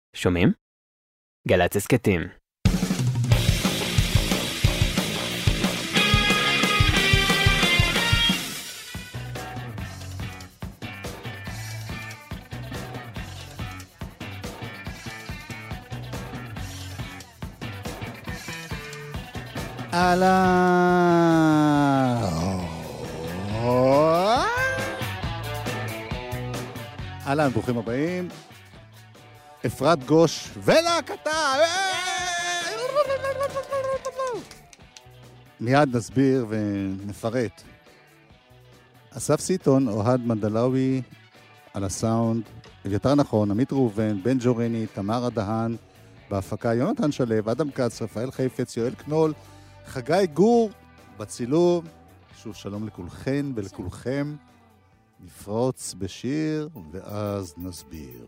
שומעים? גל"צ הסכתים. אהלן, ברוכים הבאים. אפרת גוש ולהקתה. מיד נסביר ונפרט. אסף סיטון, אוהד מנדלאוי על הסאונד, אביתר נכון, עמית ראובן, בן ג'ורני, תמר הדהן, בהפקה יונתן שלב, אדם קץ, רפאל חיפץ, יואל קנול, חגי גור, בצילום. שוב שלום לכולכן ולכולכם. נפרוץ בשיר ואז נסביר.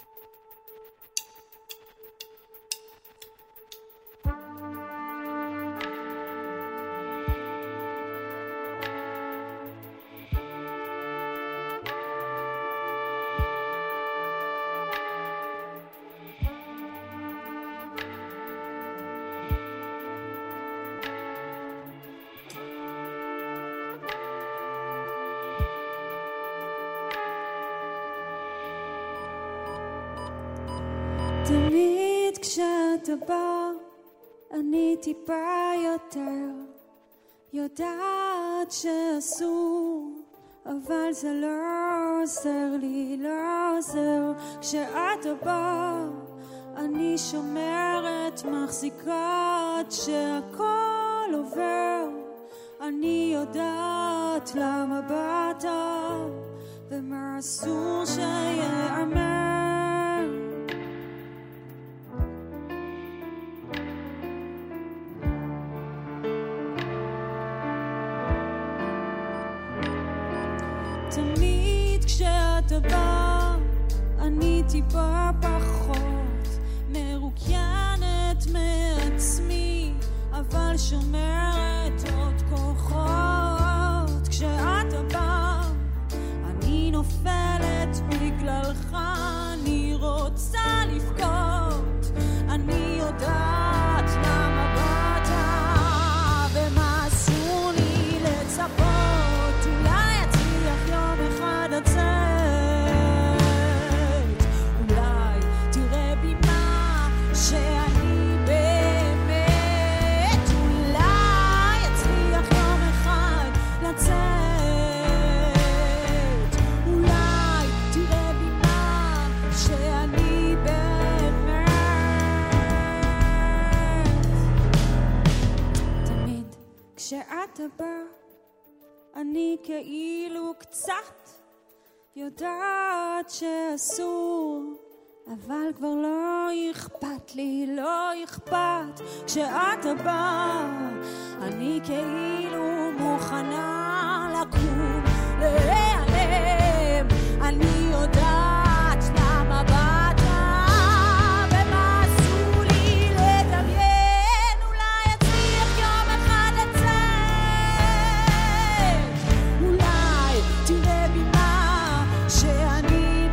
תמיד כשאתה בא, אני טיפה יותר יודעת שאסור, אבל זה לא עוזר לי, לא עוזר. כשאתה בא, אני שומרת, מחזיקה עד שהכל עובר. אני יודעת למה באת ומה אסור שיאמר. תמיד כשאתה בא, אני טיפה פחות מרוקיינת מעצמי, אבל שומרת עוד כוחות. כשאתה בא, אני נופלת בגללך, אני רוצה לבכות. אני יודעת למה באת ומה אסור לי לצפות. אולי תראה בי מה שאני באמת, אולי אצליח יום אחד לצאת, אולי תראה בי מה שאני באמת. תמיד כשאתה בא, אני כאילו קצת יודעת שאסור, אבל כבר לא אכפת לי, לא אכפת. כשאתה בא, אני כאילו מוכנה לקום, להיעלם. אני יודעת למה באת ומה אסור לי לדמיין. אולי אצליח יום אחד לצאת, אולי תראה בי שאני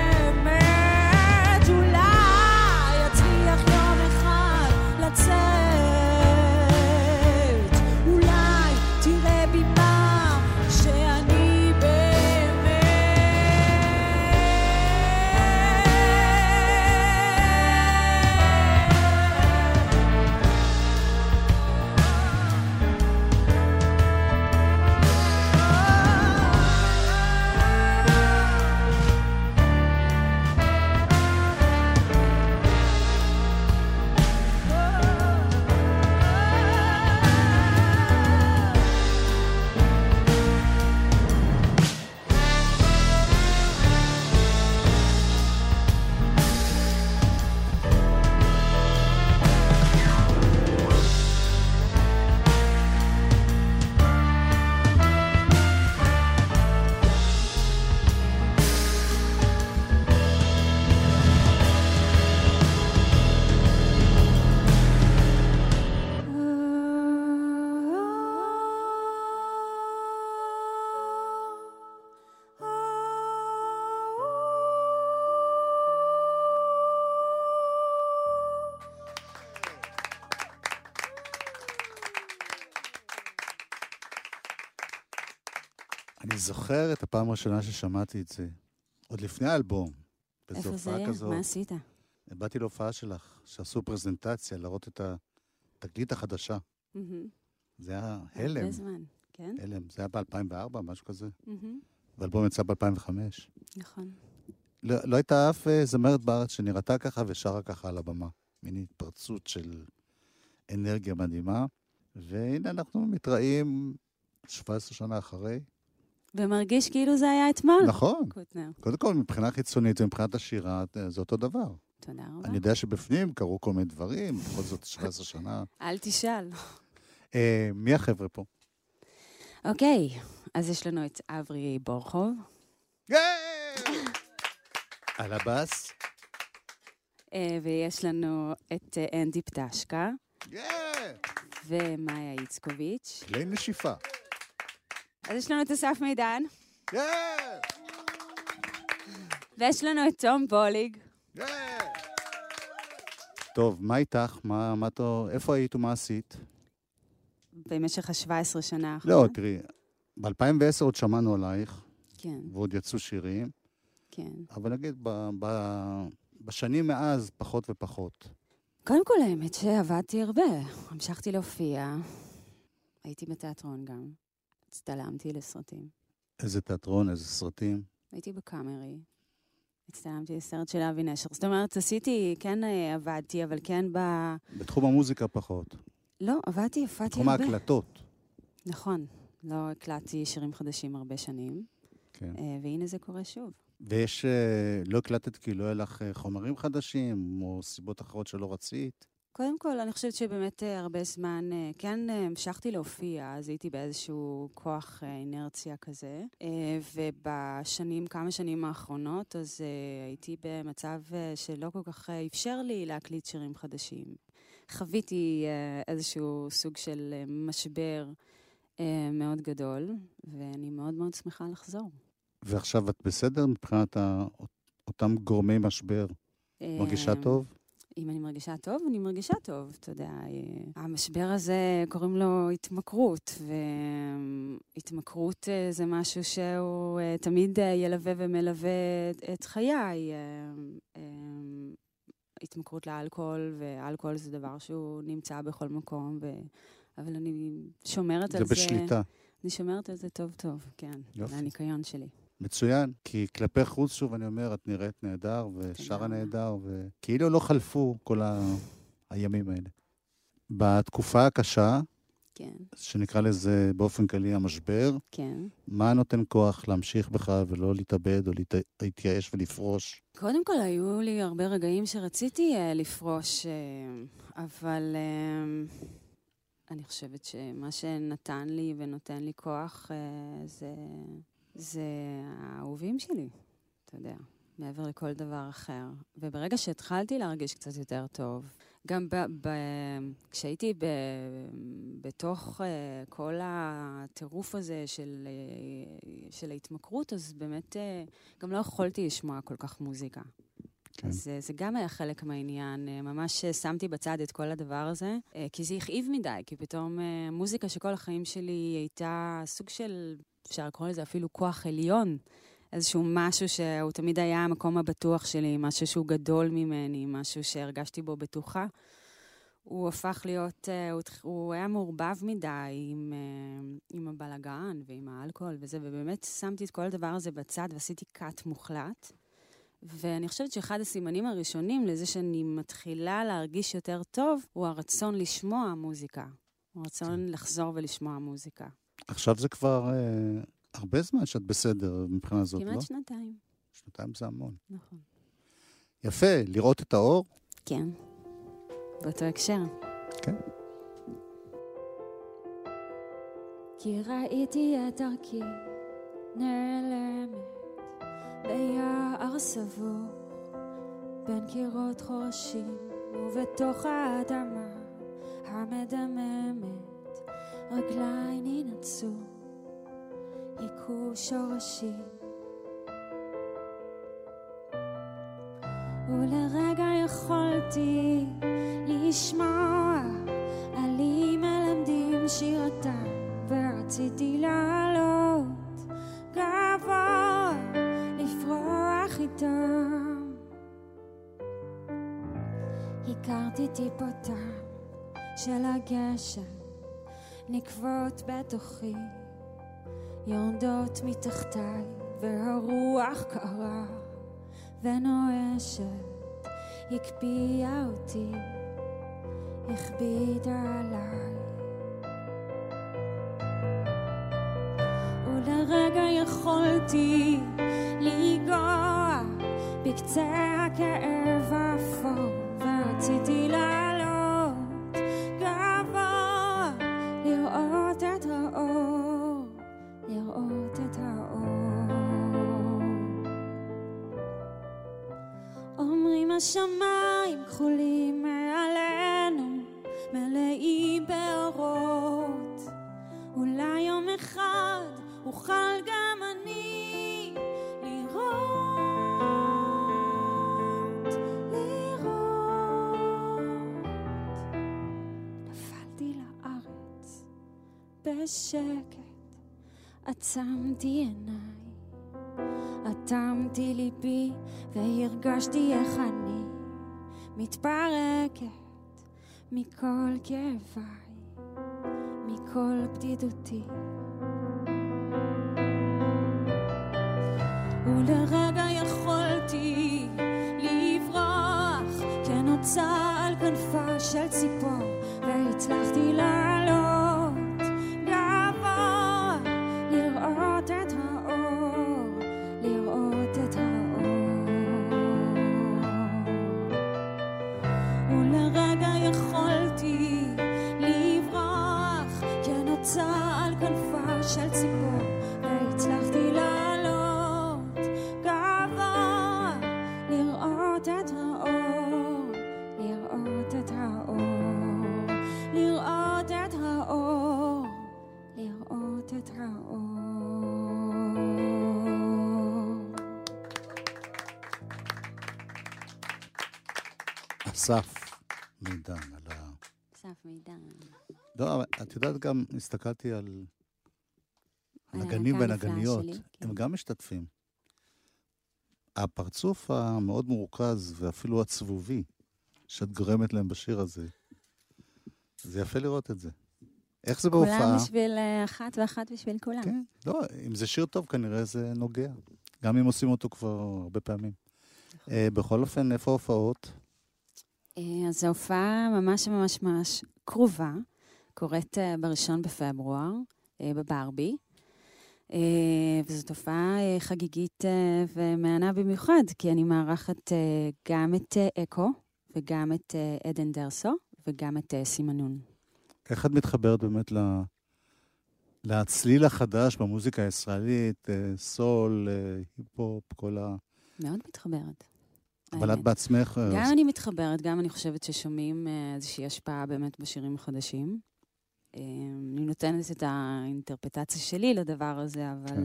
באמת, אולי אצליח יום אחד לצאת, אולי תראה בי מה שאני באמת. אני זוכר את הפעם הראשונה ששמעתי את זה, עוד לפני האלבום. איפה זה היה? מה עשית? באתי להופעה שלך, שעשו פרזנטציה, להראות את התקליט החדשה. זה היה הלם. הרבה זמן, כן? הלם, זה היה ב-2004, משהו כזה. והאלבום יצא ב-2005. נכון. לא הייתה אף זמרת בארץ שנראתה ככה ושרה ככה על הבמה. מין התפרצות של אנרגיה מדהימה. והנה אנחנו מתראים 17 שנה אחרי. ומרגיש כאילו זה היה אתמול. נכון. קוטנר. קודם כל, מבחינה חיצונית ומבחינת השירה, זה אותו דבר. תודה רבה. אני יודע שבפנים קרו כל מיני דברים, בכל זאת 17 שנה. אל תשאל. מי החבר'ה פה? אוקיי, אז יש לנו את אברי בורחוב. על הבאס. ויש לנו את אנדי פטשקה. ומאיה איצקוביץ'. כלי נשיפה. אז יש לנו את אסף מידן. ויש לנו את תום בוליג. טוב, מה איתך? איפה היית ומה עשית? במשך ה-17 שנה האחרונות. לא, תראי, ב-2010 עוד שמענו עלייך. כן. ועוד יצאו שירים. כן. אבל נגיד, בשנים מאז פחות ופחות. קודם כל, האמת שעבדתי הרבה. המשכתי להופיע. הייתי בתיאטרון גם. הצטלמתי לסרטים. איזה תיאטרון, איזה סרטים? הייתי בקאמרי. הצטלמתי לסרט של אבי נשר. זאת אומרת, כן עבדתי, אבל כן בתחום המוזיקה פחות. לא, עבדתי, הופעתי הרבה. בתחום ההקלטות. נכון. לא הקלטתי שירים חדשים הרבה שנים. כן. והנה זה קורה שוב. ויש, לא הקלטת כי לא היה לך חומרים חדשים, או סיבות אחרות שלא רצית? קודם כל, אני חושבת שבאמת הרבה זמן, כן המשכתי להופיע, אז הייתי באיזשהו כוח אינרציה כזה, כמה שנים האחרונות, אז הייתי במצב שלא כל כך אפשר לי להקליט שירים חדשים. חוויתי איזשהו סוג של משבר מאוד גדול, ואני מאוד מאוד שמחה לחזור. ועכשיו את בסדר מבחינת אותם גורמי משבר? מרגישה טוב? אם אני מרגישה טוב, אני מרגישה טוב. אתה יודע, המשבר הזה קוראים לו התמכרות, והתמכרות זה משהו שהוא תמיד ילווה ומלווה את חיי. התמכרות לאלכוהול, ואלכוהול זה דבר שהוא נמצא בכל מקום, אבל אני שומרת על זה. זה בשליטה. אני שומרת על זה טוב טוב, כן. יופי. זה הניקיון שלי. מצוין, כי כלפי חוץ שוב אני אומר, את נראית נהדר ושרה נהדר, וכאילו לא חלפו כל הימים האלה. בתקופה הקשה, כן. שנקרא לזה באופן כללי המשבר, כן. מה נותן כוח להמשיך בך ולא להתאבד או להתייאש ולפרוש? קודם כל, היו לי הרבה רגעים שרציתי לפרוש, אבל אני חושבת שמה שנתן לי ונותן לי כוח זה האהובים שלי, אתה יודע, מעבר לכל דבר אחר. וברגע שהתחלתי להרגיש קצת יותר טוב, גם כשהייתי בתוך כל הטירוף הזה של ההתמכרות, אז באמת גם לא יכולתי לשמוע כל כך מוזיקה. כן. אז זה גם היה חלק מהעניין. ממש שמתי בצד את כל הדבר הזה, כי זה הכאיב מדי, כי פתאום מוזיקה שכל החיים שלי הייתה סוג של, אפשר לקרוא לזה אפילו כוח עליון, איזשהו משהו שהוא תמיד היה המקום הבטוח שלי, משהו שהוא גדול ממני, משהו שהרגשתי בו בטוחה. הוא הפך להיות, הוא היה מעורבב מדי עם הבלגן ועם האלכוהול וזה, ובאמת שמתי את כל הדבר הזה בצד ועשיתי קאט מוחלט. ואני חושבת שאחד הסימנים הראשונים לזה שאני מתחילה להרגיש יותר טוב, הוא הרצון לשמוע מוזיקה. הוא הרצון לחזור ולשמוע מוזיקה. עכשיו זה כבר הרבה זמן שאת בסדר מבחינה זאת, לא? כמעט שנתיים. שנתיים זה המון. נכון. יפה, לראות את האור? כן. באותו הקשר. כן. כי ראיתי את דרכי נעלמת ביער סבוך בין קירות חורשים ובתוך האדמה המדממת רגליי ננצו היכו שורשים ולרגע יכולתי לשמוע עלים מלמדים שירתם ורציתי לעלות אדם, הכרתי טיפותיו של הגשם נקבות בתוכי, יורדות מתחתיי והרוח קרה ונואשת, הקפיאה אותי, הכבידה עליי. ולרגע יכולתי לגוע בקצה הכאב האפור, ורציתי לעלות גבוה, לראות את האור, לראות את האור. אומרים השמיים כחולים מעלינו, מלאים באורות, אולי יום אחד אוכל גם אני לראות. נפלתי לארץ בשקט, עצמתי עיניי, אטמתי ליבי והרגשתי איך אני מתפרקת מכל כאביי, מכל בדידותי. ולרגע יכולתי לברוח כנוצה על כנפה של ציפור, והצלחתי לעלות גבוה, לראות את האור, לראות את האור. ולרגע יכולתי לברוח כנוצה על כנפה של ציפור, והצלחתי לעלות גבוה, לראות את האור, לראות את האור, לראות את האור, לראות את האור. אסף מידן על ה... אסף מידן. לא, אבל את יודעת גם, הסתכלתי על על הנגנים הלהקה והנגניות, הנפלאה שלי, כן. הם גם משתתפים. הפרצוף המאוד מורכז ואפילו הצבובי שאת גורמת להם בשיר הזה, זה יפה לראות את זה. איך זה בהופעה? כולם בשביל אחת ואחת בשביל כולם. כן, לא, אם זה שיר טוב כנראה זה נוגע. גם אם עושים אותו כבר הרבה פעמים. בכל אופן, איפה ההופעות? אז ההופעה ממש ממש ממש קרובה, קורית ב1 בפברואר, בברבי. וזאת הופעה חגיגית ומענה במיוחד, כי אני מארחת גם את אקו, וגם את עדן דרסו, וגם את סימנון. איך את מתחברת באמת לצליל החדש במוזיקה הישראלית, סול, היפ-הופ, כל ה... מאוד מתחברת. אבל את בעצמך... גם אני מתחברת, גם אני חושבת ששומעים איזושהי השפעה באמת בשירים החדשים. אני נותנת את האינטרפטציה שלי לדבר הזה, אבל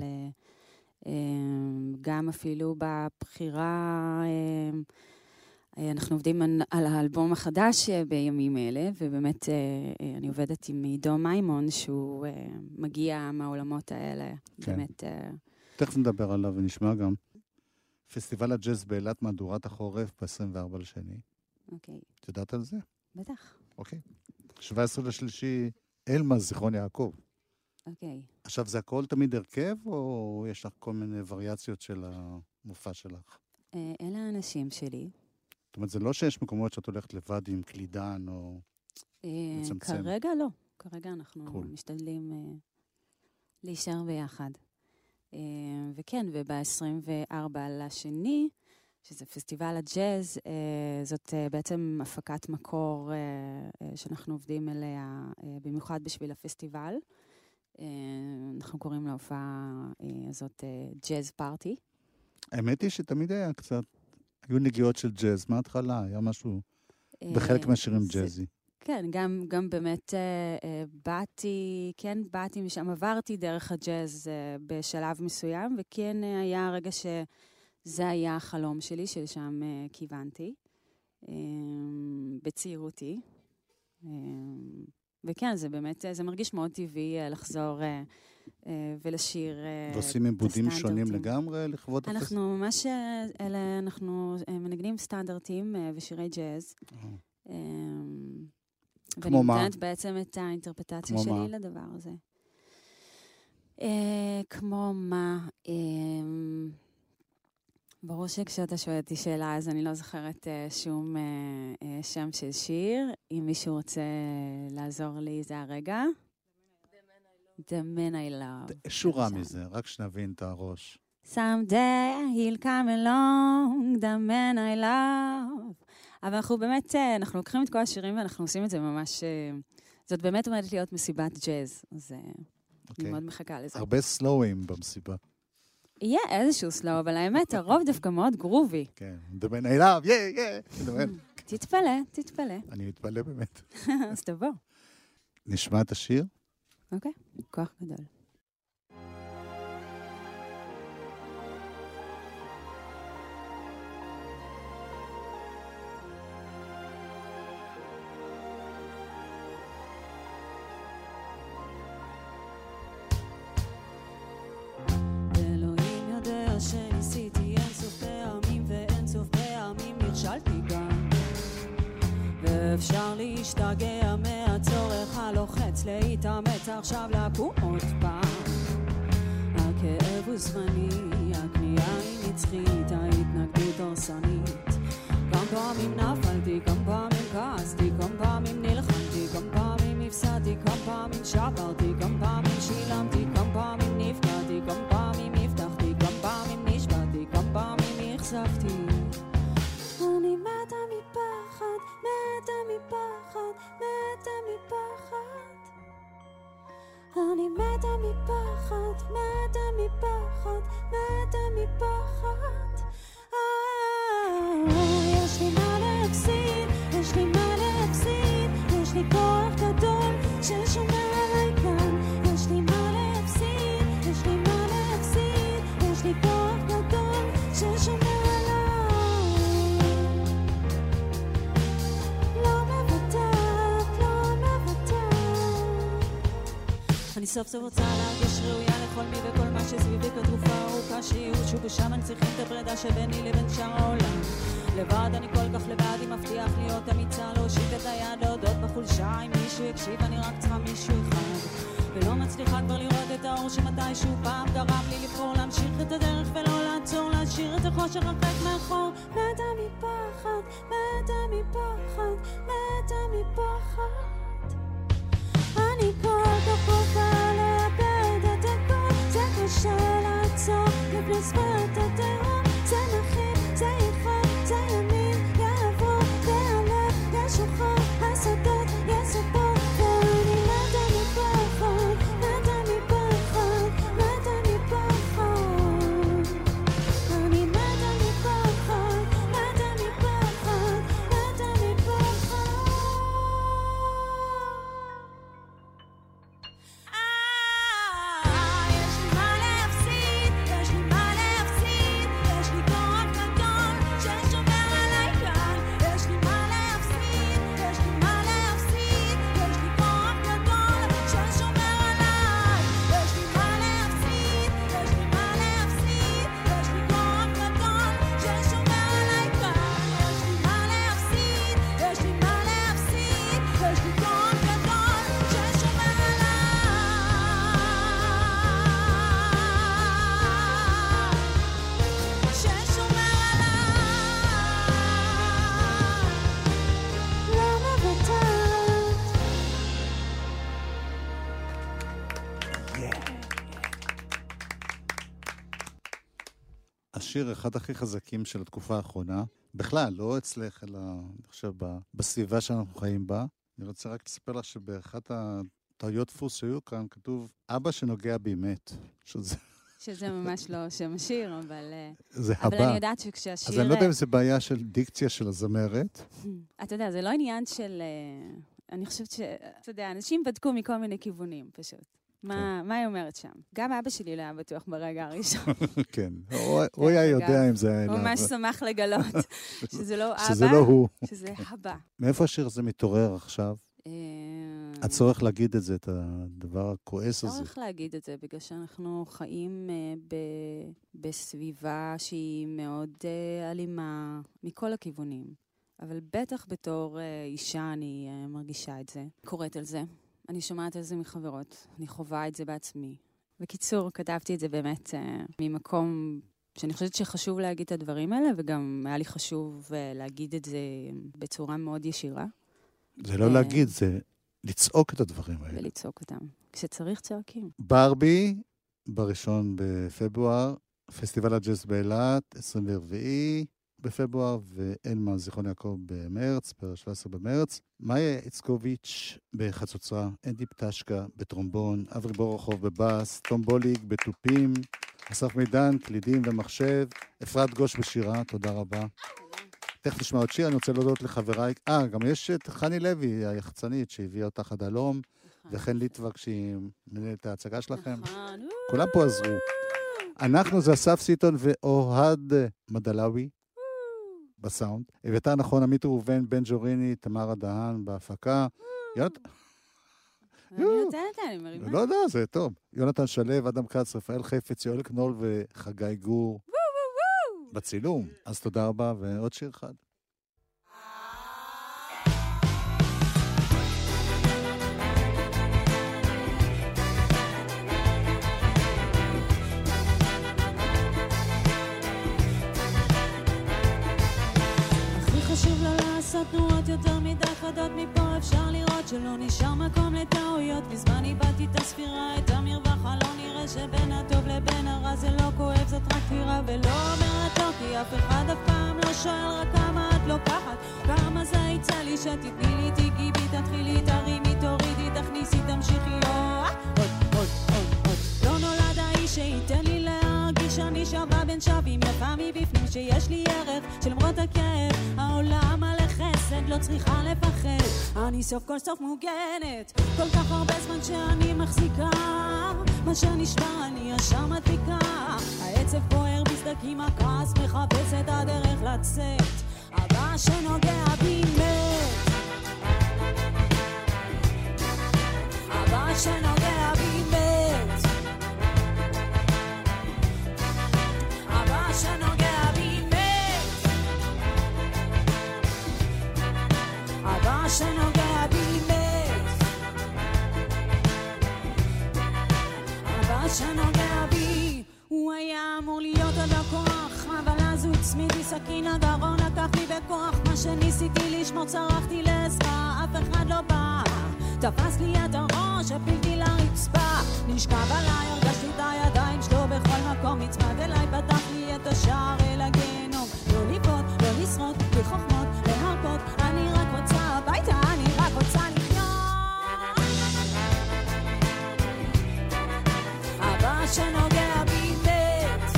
גם אפילו בבחירה, אנחנו עובדים על האלבום החדש בימים אלה, ובאמת אני עובדת עם עידו מימון, שהוא מגיע מהעולמות האלה. כן. באמת... תכף נדבר עליו ונשמע גם. פסטיבל הג'אז באילת מהדורת החורף ב-24 לשני. אוקיי. את יודעת על זה? בטח. אוקיי. 17 לשלישי, אלמז, זיכרון יעקב. אוקיי. עכשיו, זה הכל תמיד הרכב, או יש לך כל מיני וריאציות של המופע שלך? אלה האנשים שלי. זאת אומרת, זה לא שיש מקומות שאת הולכת לבד עם קלידן, או... מצמצם. כרגע לא. כרגע אנחנו Cool. משתדלים להישאר ביחד. וכן, וב-24 לשני, שזה פסטיבל הג'אז, זאת בעצם הפקת מקור שאנחנו עובדים אליה במיוחד בשביל הפסטיבל. אנחנו קוראים להופעה הזאת ג'אז פארטי. האמת היא שתמיד היה קצת, היו נגיעות של ג'אז מההתחלה, היה משהו בחלק מהשירים ג'אזי. כן, גם באמת באתי משם, עברתי דרך הג'אז בשלב מסוים, וכן היה הרגע שזה היה החלום שלי, שלשם כיוונתי, בצעירותי. וכן, זה באמת, זה מרגיש מאוד טבעי לחזור ולשיר ועושים עיבודים שונים לגמרי לכבוד הפסטיבל? אנחנו ממש, אנחנו מנגנים סטנדרטים ושירי ג'אז. כמו מה? ואני נותנת בעצם את האינטרפטציה שלי לדבר הזה. כמו מה? ברור שכשאתה שואל אותי שאלה, אז אני לא זוכרת שום שם של שיר. אם מישהו רוצה לעזור לי, זה הרגע. The man I love. שורה מזה, רק שנבין את הראש. Someday he'll come along, the man I love. אבל אנחנו באמת, אנחנו לוקחים את כל השירים ואנחנו עושים את זה ממש, זאת באמת עומדת להיות מסיבת ג'אז, אז אני מאוד מחכה לזה. הרבה סלואים במסיבה. יהיה איזשהו סלואו, אבל האמת, הרוב דווקא מאוד גרובי. כן, the man I love, yeah. תתפלא. אני מתפלא באמת. אז תבוא. נשמע את השיר? אוקיי, כוח גדול. אלוהים יודע שניסיתי אין סוף פעמים ואין סוף פעמים נכשלתי גם ואפשר להשתגע מהצורך הלוחץ להתאמץ עכשיו לקום עוד פעם. הכאב הוא זמני, הכניעה היא נצחית, ההתנגדות הרסנית. כמה פעמים נפלתי, כמה פעמים כעסתי, כמה פעמים נלחמתי, כמה פעמים הפסדתי, כמה פעמים שברתי, כמה פעמים שילמתי, כמה פעמים נפגעתי, כמה פעמים הבטחתי, כמה פעמים נשבעתי, כמה פעמים נחשפתי. אני מתה מפחד, מתה מפחד, מתה מפחד. אני מתה מפחד, מתה מפחד, מתה מפחד. יש לי מה להפסיד, יש לי מה להפסיד, יש לי כוח גדול ששומר עליי כאן. יש לי מה להפסיד, יש לי מה להפסיד, יש לי כוח גדול ששומר אני סוף סוף רוצה להרגיש ראויה לכל מי וכל מה שסביבי כתרופה ארוכה שיהיו ובשם אני צריכים את הפרדה שביני לבין שאר העולם. לבד אני כל כך לבד, אם מבטיח להיות אמיצה להושיט את היד להודות בחולשה. אם מישהו יקשיב אני רק צריכה מישהו אחד ולא מצליחה כבר לראות את האור שמתישהו פעם גרם לי לבחור להמשיך את הדרך ולא לעצור, להשאיר את החושך הרחק מאחור. מתה מפחד, מתה מפחד, מתה מפחד. אני כל כך רוצה לאבד את הכל, זה קשה לעצור לפני שפת התהום. זה מכיל, זה יחד, זה ימין, יעבור, והלב ישוחרר, השדות יסופור. ואני מתה מפחד, מתה מפחד, מתה מפחד. אני מתה מפחד, מתה מפחד, מתה מפחד. השיר אחד הכי חזקים של התקופה האחרונה, בכלל, לא אצלך, אלא אני חושב בסביבה שאנחנו חיים בה. אני רוצה רק לספר לך שבאחת הטעויות דפוס שהיו כאן, כתוב, אבא שנוגע בי מת. שזה ממש לא שם השיר, אבל... זה אבל הבא. אני יודעת שכשהשיר... אז אני לא יודע אם זה בעיה של דיקציה של הזמרת. אתה יודע, זה לא עניין של... אני חושבת אתה יודע, אנשים בדקו מכל מיני כיוונים, פשוט. מה היא אומרת שם? גם אבא שלי לא היה בטוח ברגע הראשון. כן, הוא היה יודע אם זה... הוא ממש שמח לגלות שזה לא אבא, שזה לא הוא. שזה הבא. מאיפה השיר הזה מתעורר עכשיו? הצורך להגיד את זה, את הדבר הכועס הזה. הצורך להגיד את זה, בגלל שאנחנו חיים בסביבה שהיא מאוד אלימה מכל הכיוונים. אבל בטח בתור אישה אני מרגישה את זה. קוראת על זה. אני שומעת על זה מחברות. אני חווה את זה בעצמי. בקיצור, כתבתי את זה באמת ממקום שאני חושבת שחשוב להגיד את הדברים האלה, וגם היה לי חשוב להגיד את זה בצורה מאוד ישירה. זה לא להגיד, זה לצעוק את הדברים האלה. ולצעוק אותם. כשצריך צועקים. ברבי, בראשון בפברואר, פסטיבל הג'אז באילת, 24 בפברואר, ואלמה זיכרון יעקב במרץ, ב-17 במרץ. מאיה איצקוביץ' בחצוצרה, אנדי פטשקה בטרומבון, אברי בורוכוב בבאס, תום בוליג בתופים, אסף מידן, קלידים ומחשב, אפרת גוש בשירה, תודה רבה. תכף נשמע עוד שיר, אני רוצה להודות לחבריי. גם יש את חני לוי, היחצנית, שהביאה אותך עד הלום, וכן ליטבק, שהיא מנהלת את ההצגה שלכם. כולם פה עזרו. אנחנו זה אסף סיטון ואוהד מדלאוי בסאונד. אביתר נכון, עמית ראובן, בן ג'וריני, תמרה דהן בהפקה. אני נותנת, אני מרימה. לא יודע, זה טוב. יונתן שלב, אדם כץ, רפאל חפץ, יואל קנול וחגי גור. בצילום. אז תודה רבה, ועוד שיר אחד. הכי חשוב לא לעשות תנועות יותר מדי חדות מפה, אפשר לראות שלא נשאר מקום לטעויות. בזמן איבדתי את הספירה, את המרווח הלא נראה שבין הטוב לבין הרע זה לא כואב, זאת רק תפירה ולא אומר הטוב, כי אף אחד אף פעם לא שואל רק כמה את לוקחת, כמה זה יצא לי שתתני לי, תגיבי, תתחילי, תרימי, תורידי, תכניסי, תמשיכי, עוד לא נולד האיש שייתן לי להרגיש שאני שווה בין שווים, יפה מבפנים שיש לי ערך שלמרות הכאב העולם מלא חסד, לא צריכה לפחד, אני סוף כל סוף מוגנת, כל כך הרבה זמן שאני מחזיקה, מה שנשמע אני ישר מדביקה, העצב בוער בסדקים, הכעס מחפש את הדרך לצאת, הבא שנוגע בי מת, הבא שנוגע בי מת, הבא שנוגע בי מת, הבא שנוגע בי מת, הבא שנוגע בי. הוא היה אמור להיות עוד הכוח, אבל אז הוא הצמיד לי סכין הגרון, לקח לי בכוח, מה שניסיתי לשמור צרחתי לעזרה, אף אחד לא בא, תפס לי את הראש, הפילתי לרצפה, נשכב עליי, הרגשתי את הידיים שלו בכל מקום, מצמד אליי, פתח לי את השער אל הגיהנום, לא ליפות, לא לשרוד, בלי חוכמות, להרפות, אני רק רוצה הביתה, אני רק רוצה לחיות, הבא שנוגע בי מת,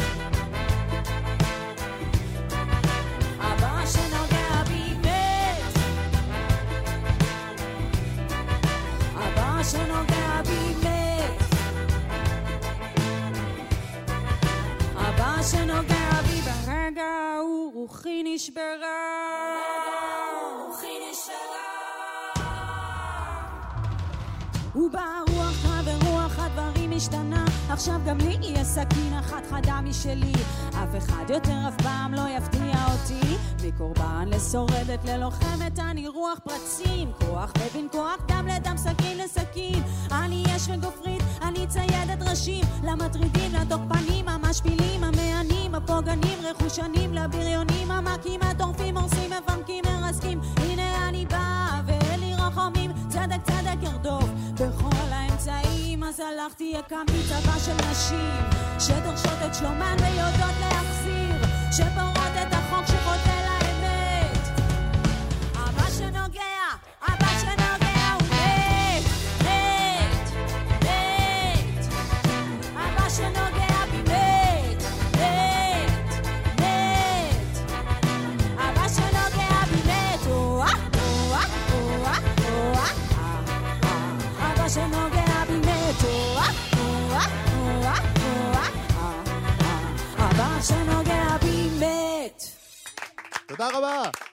הבא שנוגע בי מת, הבא שנוגע בי מת, הבא שנוגע בי ברגע הוא רוחי נשברה, רוחי נשברה, וברוח ורוח הדברים השתנה, עכשיו גם לי יהיה סכין אחת חדה משלי, אף אחד יותר אף פעם לא יפתיע אותי, מקורבן לשורדת ללוחמת אני רוח פרצים, כוח מבין כוח, דם לדם, סכין לסכין, אני אש וגופרית, אני ציידת ראשים, למטרידים, לתוקפנים, המשפילים, המענים, הפוגנים, רכושנים, לבריונים, המקים, הטורפים, הורסים, מפנקים, מרסקים, הנה אני באה ואין לי רחמים, צדק צדק ירדוף בכל האמצעים, אז הלכתי, הקמתי צבא של נשים שדורשות את שלומן ויודעות להחזיר, שבורות את החוק שחוטא לאמת, אבא שנוגע, אבא שנוגע הוא מת, מת, מת, אבא שנוגע בי מת, מת, מת, אבא שנוגע בי מת, אבא שנוגע בי מת, אבא שנוגע בי מת. תודה רבה.